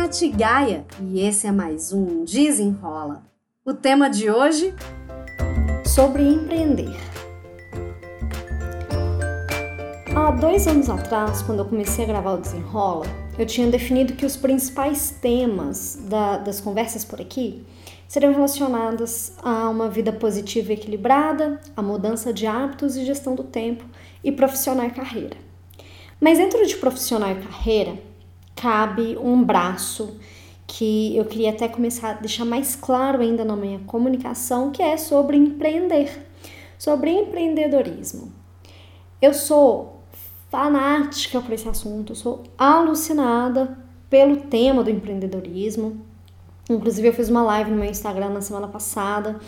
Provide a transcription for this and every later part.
Tati Gaia e esse é mais um Desenrola. O tema de hoje? Sobre empreender. Há 2 anos atrás, quando eu comecei a gravar o Desenrola, eu tinha definido que os principais temas das conversas por aqui seriam relacionados a uma vida positiva e equilibrada, a mudança de hábitos e gestão do tempo e profissional e carreira. Mas dentro de profissional e carreira, cabe um braço que eu queria até começar a deixar mais claro ainda na minha comunicação, que é sobre empreender, sobre empreendedorismo. Eu sou fanática por esse assunto, eu sou alucinada pelo tema do empreendedorismo. Inclusive eu fiz uma live no meu Instagram na semana passada,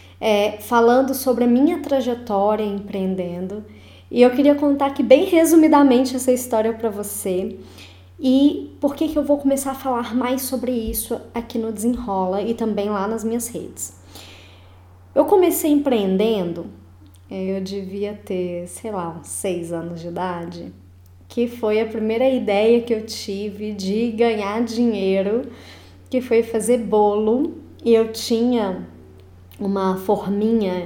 falando sobre a minha trajetória empreendendo. E eu queria contar aqui bem resumidamente essa história para você. E por que eu vou começar a falar mais sobre isso aqui no Desenrola e também lá nas minhas redes. Eu comecei empreendendo, eu devia ter, uns 6 anos de idade, que foi a primeira ideia que eu tive de ganhar dinheiro, que foi fazer bolo. E eu tinha uma forminha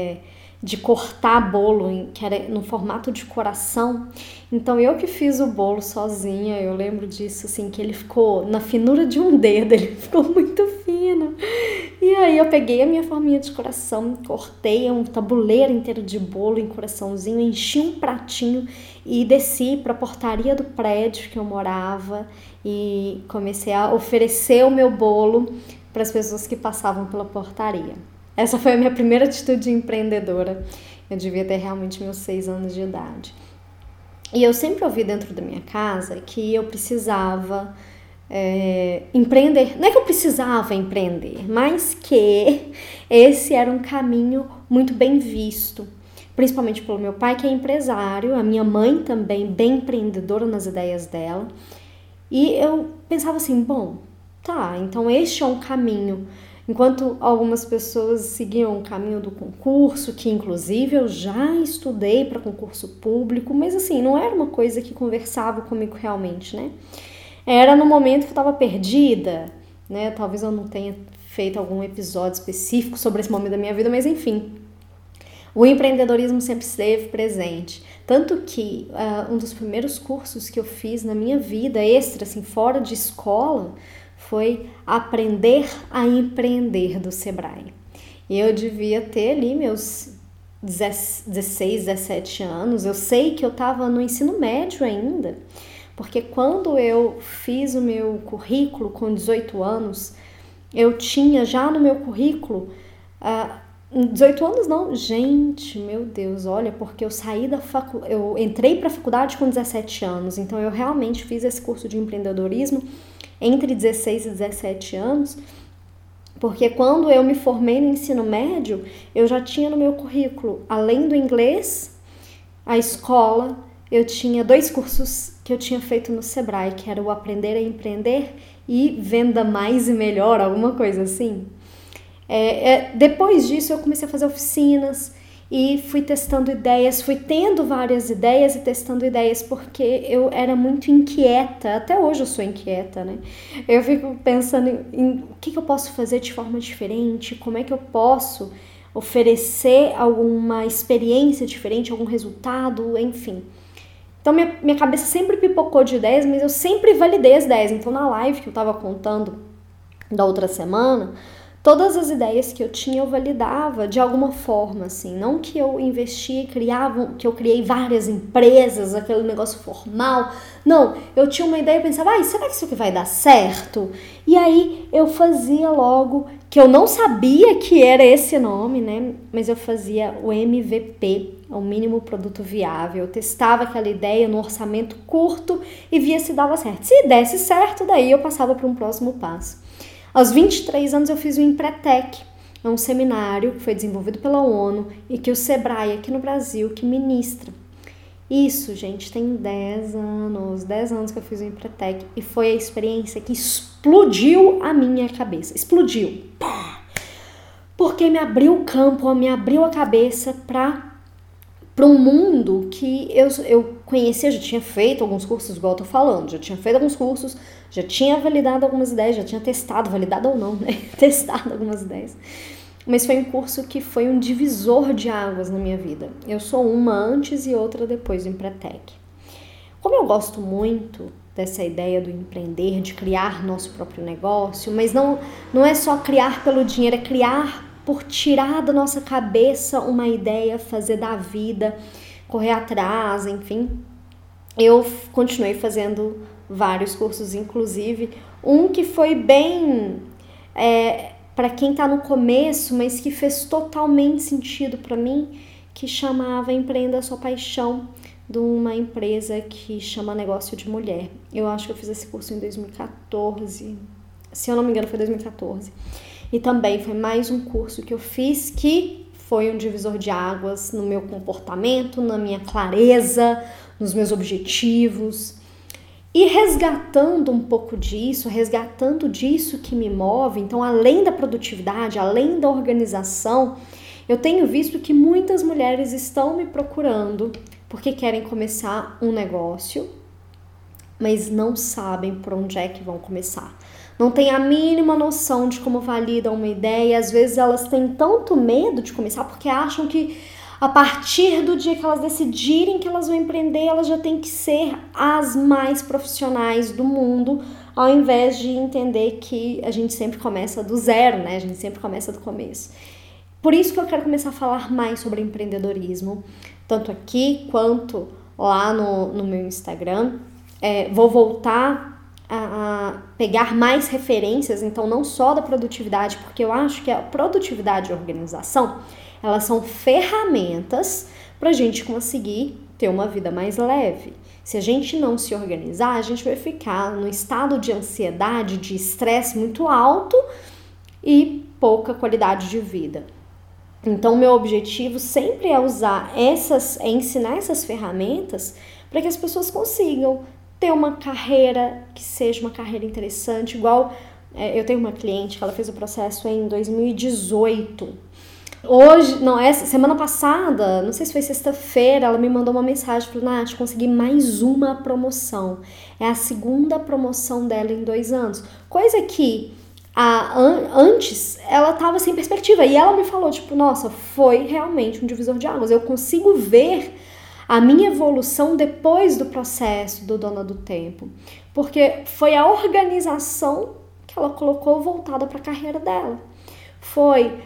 de cortar bolo, que era no formato de coração. Então eu que fiz o bolo sozinha, eu lembro disso, assim, que ele ficou na finura de um dedo, ele ficou muito fino. E aí eu peguei a minha forminha de coração, cortei um tabuleiro inteiro de bolo em coraçãozinho, enchi um pratinho e desci para a portaria do prédio que eu morava e comecei a oferecer o meu bolo para as pessoas que passavam pela portaria. Essa foi a minha primeira atitude empreendedora. Eu devia ter realmente meus 6 anos de idade. E eu sempre ouvi dentro da minha casa que eu precisava empreender. Não é que eu precisava empreender, mas que esse era um caminho muito bem visto. Principalmente pelo meu pai, que é empresário, a minha mãe também, bem empreendedora nas ideias dela. E eu pensava assim, então este é um caminho. Enquanto algumas pessoas seguiam o caminho do concurso, que inclusive eu já estudei para concurso público, mas assim, não era uma coisa que conversava comigo realmente, né? Era no momento que eu estava perdida, né? Talvez eu não tenha feito algum episódio específico sobre esse momento da minha vida, mas enfim. O empreendedorismo sempre esteve presente. Tanto que um dos primeiros cursos que eu fiz na minha vida, extra, assim, fora de escola, foi Aprender a Empreender do Sebrae. E eu devia ter ali meus 16, 17 anos. Eu sei que eu estava no ensino médio ainda, porque quando eu fiz o meu currículo com 18 anos, eu tinha já no meu currículo... 18 anos não, gente, meu Deus, olha, porque eu saí eu entrei para a faculdade com 17 anos, então eu realmente fiz esse curso de empreendedorismo entre 16 e 17 anos, porque quando eu me formei no ensino médio, eu já tinha no meu currículo, além do inglês, a escola, eu tinha 2 cursos que eu tinha feito no Sebrae, que era o Aprender a Empreender e Venda Mais e Melhor, alguma coisa assim. Depois disso eu comecei a fazer oficinas e fui testando ideias, fui tendo várias ideias e testando ideias, porque eu era muito inquieta, até hoje eu sou inquieta, né? Eu fico pensando em o que eu posso fazer de forma diferente, como é que eu posso oferecer alguma experiência diferente, algum resultado, enfim. Então minha cabeça sempre pipocou de ideias, mas eu sempre validei as ideias. Então na live que eu tava contando da outra semana, todas as ideias que eu tinha eu validava de alguma forma, assim, não que eu investia, que eu criei várias empresas, aquele negócio formal, não, eu tinha uma ideia e pensava, será que isso aqui vai dar certo? E aí eu fazia logo, que eu não sabia que era esse nome, né, mas eu fazia o MVP, o mínimo produto viável, eu testava aquela ideia no orçamento curto e via se dava certo. Se desse certo, daí eu passava para um próximo passo. Aos 23 anos eu fiz o Empretec, é um seminário que foi desenvolvido pela ONU e que o Sebrae aqui no Brasil que ministra. Isso, gente, tem 10 anos que eu fiz o Empretec e foi a experiência que explodiu a minha cabeça, explodiu, porque me abriu o campo, me abriu a cabeça para um mundo que eu conhecia, já tinha feito alguns cursos, igual eu tô falando, já tinha feito alguns cursos, já tinha validado algumas ideias, já tinha testado, validado ou não, né? Testado algumas ideias. Mas foi um curso que foi um divisor de águas na minha vida. Eu sou uma antes e outra depois do Empretec. Como eu gosto muito dessa ideia do empreender, de criar nosso próprio negócio, mas não é só criar pelo dinheiro, é criar por tirar da nossa cabeça uma ideia, fazer da vida, correr atrás, enfim. Eu continuei fazendo vários cursos, inclusive um que foi bem para quem está no começo, mas que fez totalmente sentido para mim, que chamava Empreenda a Sua Paixão, de uma empresa que chama Negócio de Mulher. Eu acho que eu fiz esse curso em 2014, se eu não me engano foi 2014. E também foi mais um curso que eu fiz que foi um divisor de águas no meu comportamento, na minha clareza, nos meus objetivos. E resgatando um pouco disso, resgatando disso que me move, então além da produtividade, além da organização, eu tenho visto que muitas mulheres estão me procurando porque querem começar um negócio, mas não sabem por onde é que vão começar. Não têm a mínima noção de como validam uma ideia. Às vezes elas têm tanto medo de começar porque acham que a partir do dia que elas decidirem que elas vão empreender, elas já têm que ser as mais profissionais do mundo, ao invés de entender que a gente sempre começa do zero, né? A gente sempre começa do começo. Por isso que eu quero começar a falar mais sobre empreendedorismo, tanto aqui quanto lá no meu Instagram. Vou voltar a pegar mais referências, então não só da produtividade, porque eu acho que a produtividade e a organização, elas são ferramentas para a gente conseguir ter uma vida mais leve. Se a gente não se organizar, a gente vai ficar num estado de ansiedade, de estresse muito alto e pouca qualidade de vida. Então, meu objetivo sempre é ensinar essas ferramentas para que as pessoas consigam ter uma carreira que seja uma carreira interessante. Igual eu tenho uma cliente que ela fez o processo em 2018. Semana passada, não sei se foi sexta-feira, ela me mandou uma mensagem, falou: Nath, consegui mais uma promoção. É a segunda promoção dela em 2 anos. Coisa que antes ela estava sem perspectiva. E ela me falou, nossa, foi realmente um divisor de águas. Eu consigo ver a minha evolução depois do processo do Dona do Tempo. Porque foi a organização que ela colocou voltada para a carreira dela. Foi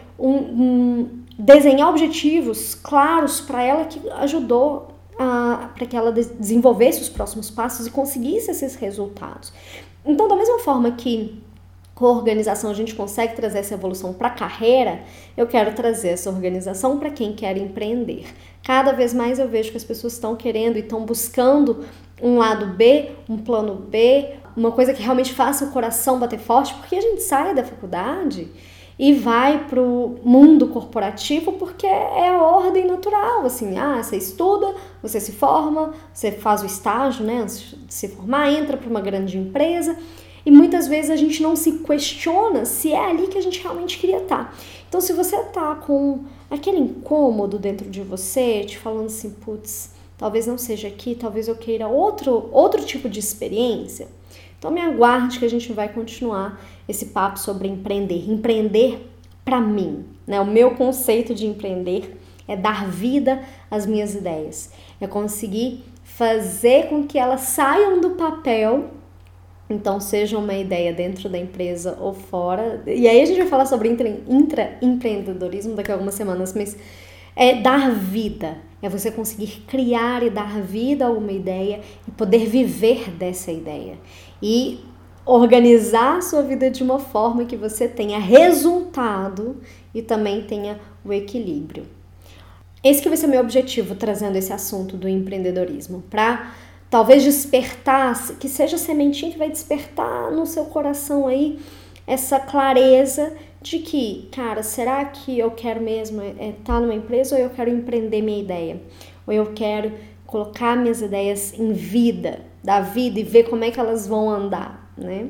desenhar objetivos claros para ela que ajudou para que ela desenvolvesse os próximos passos e conseguisse esses resultados. Então, da mesma forma que com a organização a gente consegue trazer essa evolução para a carreira, eu quero trazer essa organização para quem quer empreender. Cada vez mais eu vejo que as pessoas estão querendo e estão buscando um lado B, um plano B, uma coisa que realmente faça o coração bater forte, porque a gente sai da faculdade e vai para o mundo corporativo porque é a ordem natural, assim, você estuda, você se forma, você faz o estágio, né, antes de se formar, entra para uma grande empresa. E muitas vezes a gente não se questiona se é ali que a gente realmente queria estar. Então, se você tá com aquele incômodo dentro de você, te falando assim, putz, talvez não seja aqui, talvez eu queira outro tipo de experiência, então me aguarde que a gente vai continuar esse papo sobre empreender. Empreender para mim, né? O meu conceito de empreender é dar vida às minhas ideias. É conseguir fazer com que elas saiam do papel. Então, seja uma ideia dentro da empresa ou fora. E aí a gente vai falar sobre intraempreendedorismo daqui a algumas semanas, mas é dar vida. É você conseguir criar e dar vida a uma ideia e poder viver dessa ideia. E organizar a sua vida de uma forma que você tenha resultado e também tenha o equilíbrio. Esse que vai ser meu objetivo trazendo esse assunto do empreendedorismo, para talvez despertar, que seja a sementinha que vai despertar no seu coração aí essa clareza de que, cara, será que eu quero mesmo estar numa empresa ou eu quero empreender minha ideia? Ou eu quero colocar minhas ideias em vida, dar vida e ver como é que elas vão andar, né?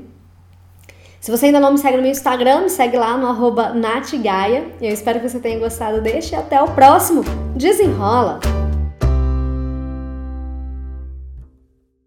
Se você ainda não me segue no meu Instagram, me segue lá no @natgaia. Eu espero que você tenha gostado deste e até o próximo. Desenrola!